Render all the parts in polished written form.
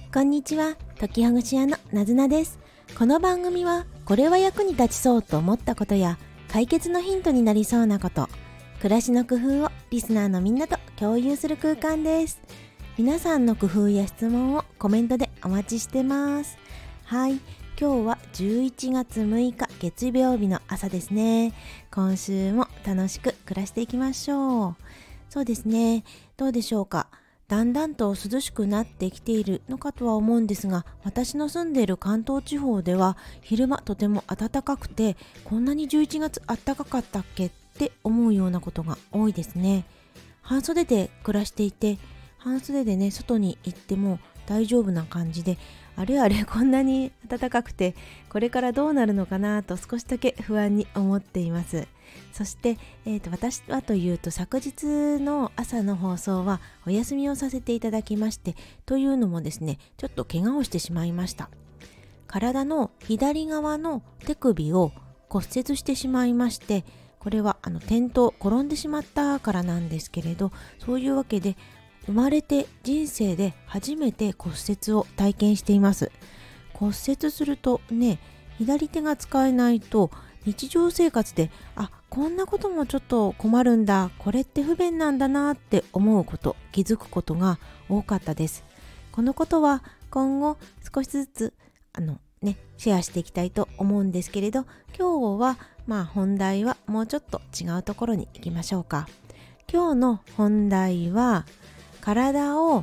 こんにちは、解きほぐし屋のなずなです。この番組はこれは役に立ちそうと思ったことや解決のヒントになりそうなこと、暮らしの工夫をリスナーのみんなと共有する空間です。皆さんの工夫や質問をコメントでお待ちしてます。はい、今日は11月6日月曜日の朝ですね。今週も楽しく暮らしていきましょう。そうですね、どうでしょうか。だんだんと涼しくなってきているのかとは思うんですが、私の住んでいる関東地方では昼間とても暖かくて、こんなに11月暖かかったっけって思うようなことが多いですね。半袖で暮らしていて、半袖でね外に行っても大丈夫な感じで、あれこんなに暖かくてこれからどうなるのかなと少しだけ不安に思っています。そして、私はというと昨日の朝の放送はお休みをさせていただきまして、というのもですね、ちょっと怪我をしてしまいました。体の左側の手首を骨折してしまいまして、これは転倒、転んでしまったからなんですけれど、そういうわけで生まれて人生で初めて骨折を体験しています。骨折するとね、左手が使えないと日常生活でこんなこともちょっと困るんだ、これって不便なんだなって思うこと、気づくことが多かったです。このことは今後少しずつシェアしていきたいと思うんですけれど、今日は本題はもうちょっと違うところに行きましょうか。今日の本題は、体を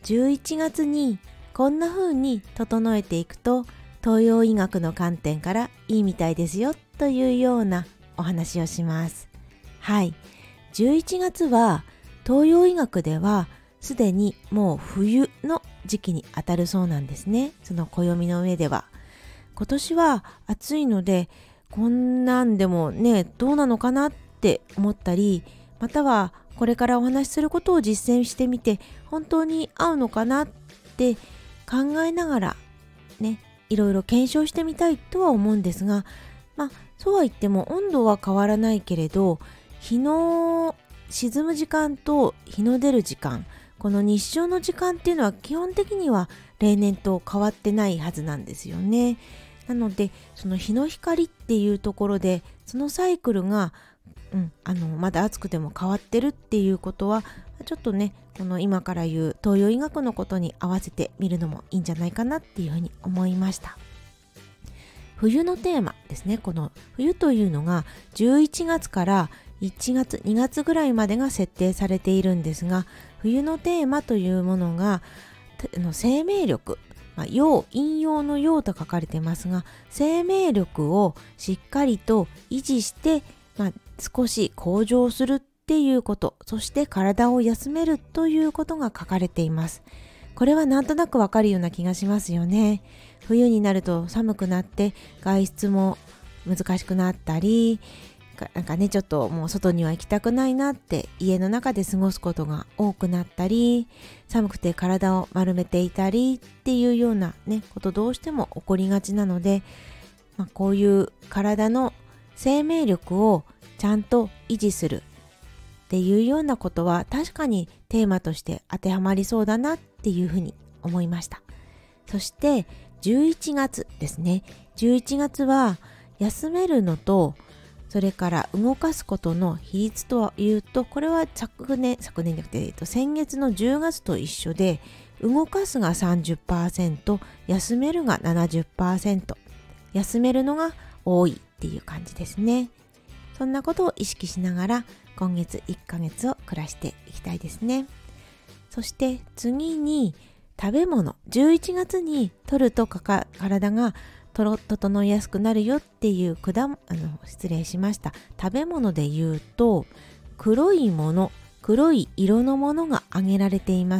11月にこんな風に整えていくと東洋医学の観点からいいみたいですよというようなお話をします。はい、11月は東洋医学ではすでにもう冬の時期に当たるそうなんですね。その暦の上では今年は暑いので、こんなんでもねどうなのかなって思ったり、またはこれからお話しすることを実践してみて本当に合うのかなって考えながらね、いろいろ検証してみたいとは思うんですが、そうは言っても温度は変わらないけれど、日の沈む時間と日の出る時間、この日照の時間っていうのは基本的には例年と変わってないはずなんですよね。なのでその日の光っていうところでそのサイクルがまだ暑くても変わってるっていうことは、ちょっとねこの今から言う東洋医学のことに合わせてみるのもいいんじゃないかなっていうふうに思いました。冬のテーマですね。この冬というのが11月から1月2月ぐらいまでが設定されているんですが、冬のテーマというものが生命力、陽、陰陽の陽と書かれてますが、生命力をしっかりと維持して少し向上するっていうこと、そして体を休めるということが書かれています。これはなんとなくわかるような気がしますよね。冬になると寒くなって外出も難しくなったり、ちょっともう外には行きたくないなって家の中で過ごすことが多くなったり、寒くて体を丸めていたりっていうようなことどうしても起こりがちなので、こういう体の生命力をちゃんと維持するっていうようなことは確かにテーマとして当てはまりそうだなっていうふうに思いました。そして11月ですね。11月は休めるのとそれから動かすことの比率というと、これは昨年じゃなくて、先月の10月と一緒で、動かすが 30%、 休めるが 70%、 休めるのが多いっていう感じですね。そんなことを意識しながら今月1ヶ月を暮らしていきたいですね。そして次に食べ物、11月に取ると体が整いやすくなるよっていう失礼しました。食べ物で言うと黒い色のものが挙げられています。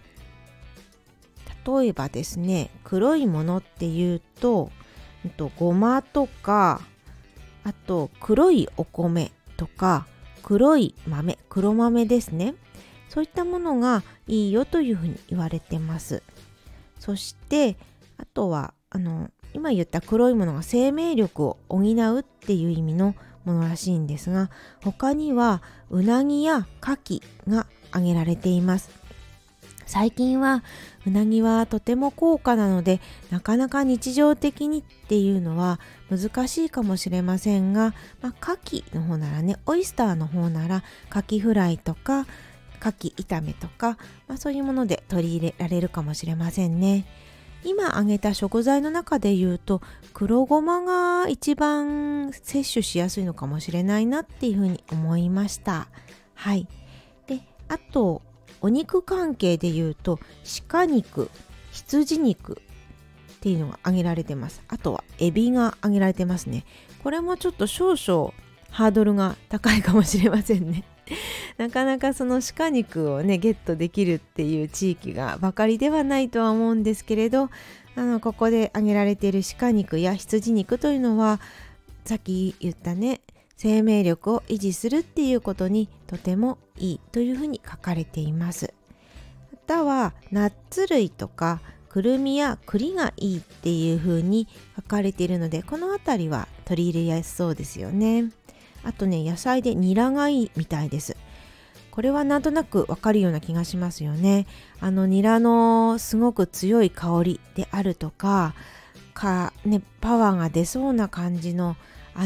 例えばですね、黒いものっていうとごまとか、あと黒いお米とか黒い豆、黒豆ですね。そういったものがいいよというふうに言われてます。そしてあとは今言った黒いものが生命力を補うっていう意味のものらしいんですが、他にはうなぎや牡蠣が挙げられています。 最近はうなぎはとても高価なので、なかなか日常的にっていうのは難しいかもしれませんが、牡蠣の方ならね、オイスターの方なら牡蠣フライとか牡蠣炒めとか、そういうもので取り入れられるかもしれませんね。今挙げた食材の中で言うと、黒ごまが一番摂取しやすいのかもしれないなっていうふうに思いました。はい。で、あとお肉関係で言うと、鹿肉、羊肉っていうのが挙げられてます。あとはエビが挙げられてますね。これもちょっと少々ハードルが高いかもしれませんね。なかなかその鹿肉をねゲットできるっていう地域がばかりではないとは思うんですけれど、ここで挙げられている鹿肉や羊肉というのは、さっき言ったね、生命力を維持するっていうことにとてもいいというふうに書かれています。またはナッツ類とかくるみや栗がいいっていうふうに書かれているので、このあたりは取り入れやすそうですよね。あとね、野菜でニラがいいみたいです。これはなんとなくわかるような気がしますよね。ニラのすごく強い香りであるとか、パワーが出そうな感じの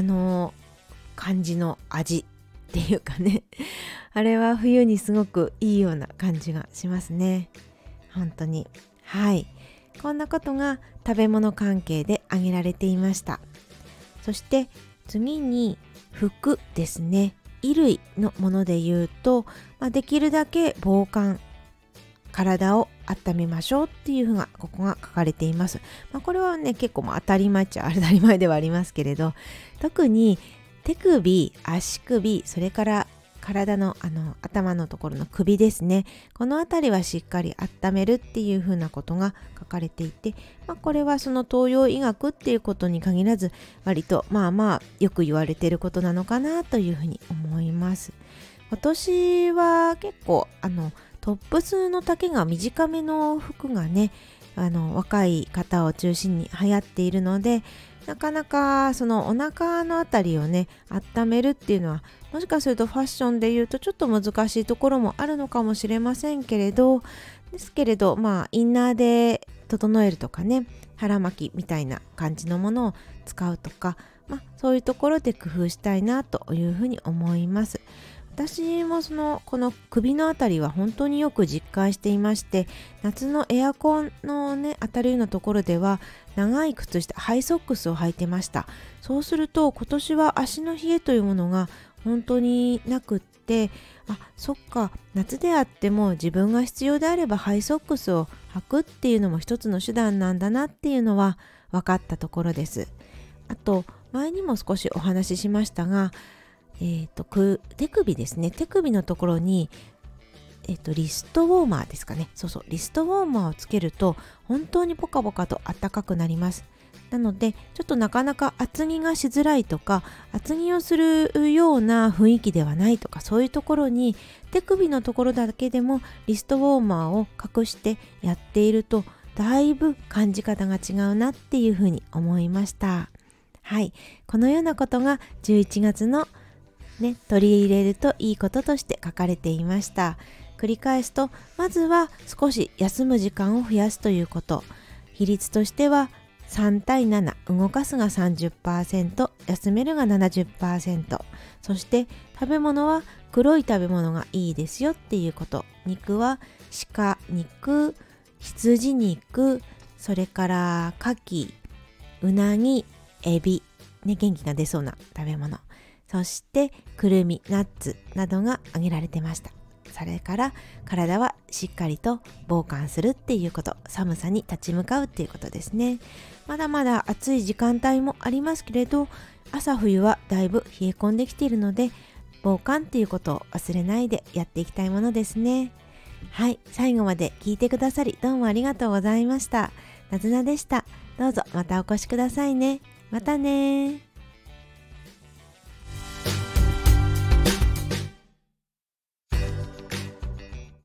味っていうかねあれは冬にすごくいいような感じがしますね。本当に。はい。こんなことが食べ物関係で挙げられていました。そして次に服ですね。衣類のもので言うと、できるだけ防寒、体を温めましょうっていうふうがここが書かれています。これはね結構当たり前っちゃ当たり前ではありますけれど、特に手首、足首、それから体の頭のところの首ですね。このあたりはしっかり温めるっていうふうなことが書かれていて、これはその東洋医学っていうことに限らず、割とよく言われていることなのかなというふうに思います。今年は結構トップスの丈が短めの服がね、若い方を中心に流行っているので、なかなかそのお腹のあたりをね温めるっていうのは、もしかするとファッションで言うとちょっと難しいところもあるのかもしれませんけれど、ですけれどインナーで整えるとかね、腹巻きみたいな感じのものを使うとか、そういうところで工夫したいなというふうに思います。私もこの首のあたりは本当によく実感していまして、夏のエアコンのね当たるようなところでは長い靴下、ハイソックスを履いてました。そうすると今年は足の冷えというものが本当になくって、そっか、夏であっても自分が必要であればハイソックスを履くっていうのも一つの手段なんだなっていうのは分かったところです。あと前にも少しお話ししましたが、手首ですね。手首のところに、リストウォーマーですかね。リストウォーマーをつけると本当にポカポカと暖かくなります。なのでちょっとなかなか厚着がしづらいとか、厚着をするような雰囲気ではないとか、そういうところに手首のところだけでもリストウォーマーを隠してやっていると、だいぶ感じ方が違うなっていうふうに思いました。はい。このようなことが11月の取り入れるといいこととして書かれていました。繰り返すと、まずは少し休む時間を増やすということ。比率としては3対7、動かすが 30%、休めるが 70%。そして食べ物は黒い食べ物がいいですよっていうこと。肉は鹿肉、羊肉、それから牡蠣、うなぎ、エビ、元気が出そうな食べ物。そしてくるみ、ナッツなどが挙げられてました。それから体はしっかりと防寒するっていうこと、寒さに立ち向かうっていうことですね。まだまだ暑い時間帯もありますけれど、朝冬はだいぶ冷え込んできているので、防寒っていうことを忘れないでやっていきたいものですね。はい、最後まで聞いてくださりどうもありがとうございました。なずなでした。どうぞまたお越しくださいね。またね。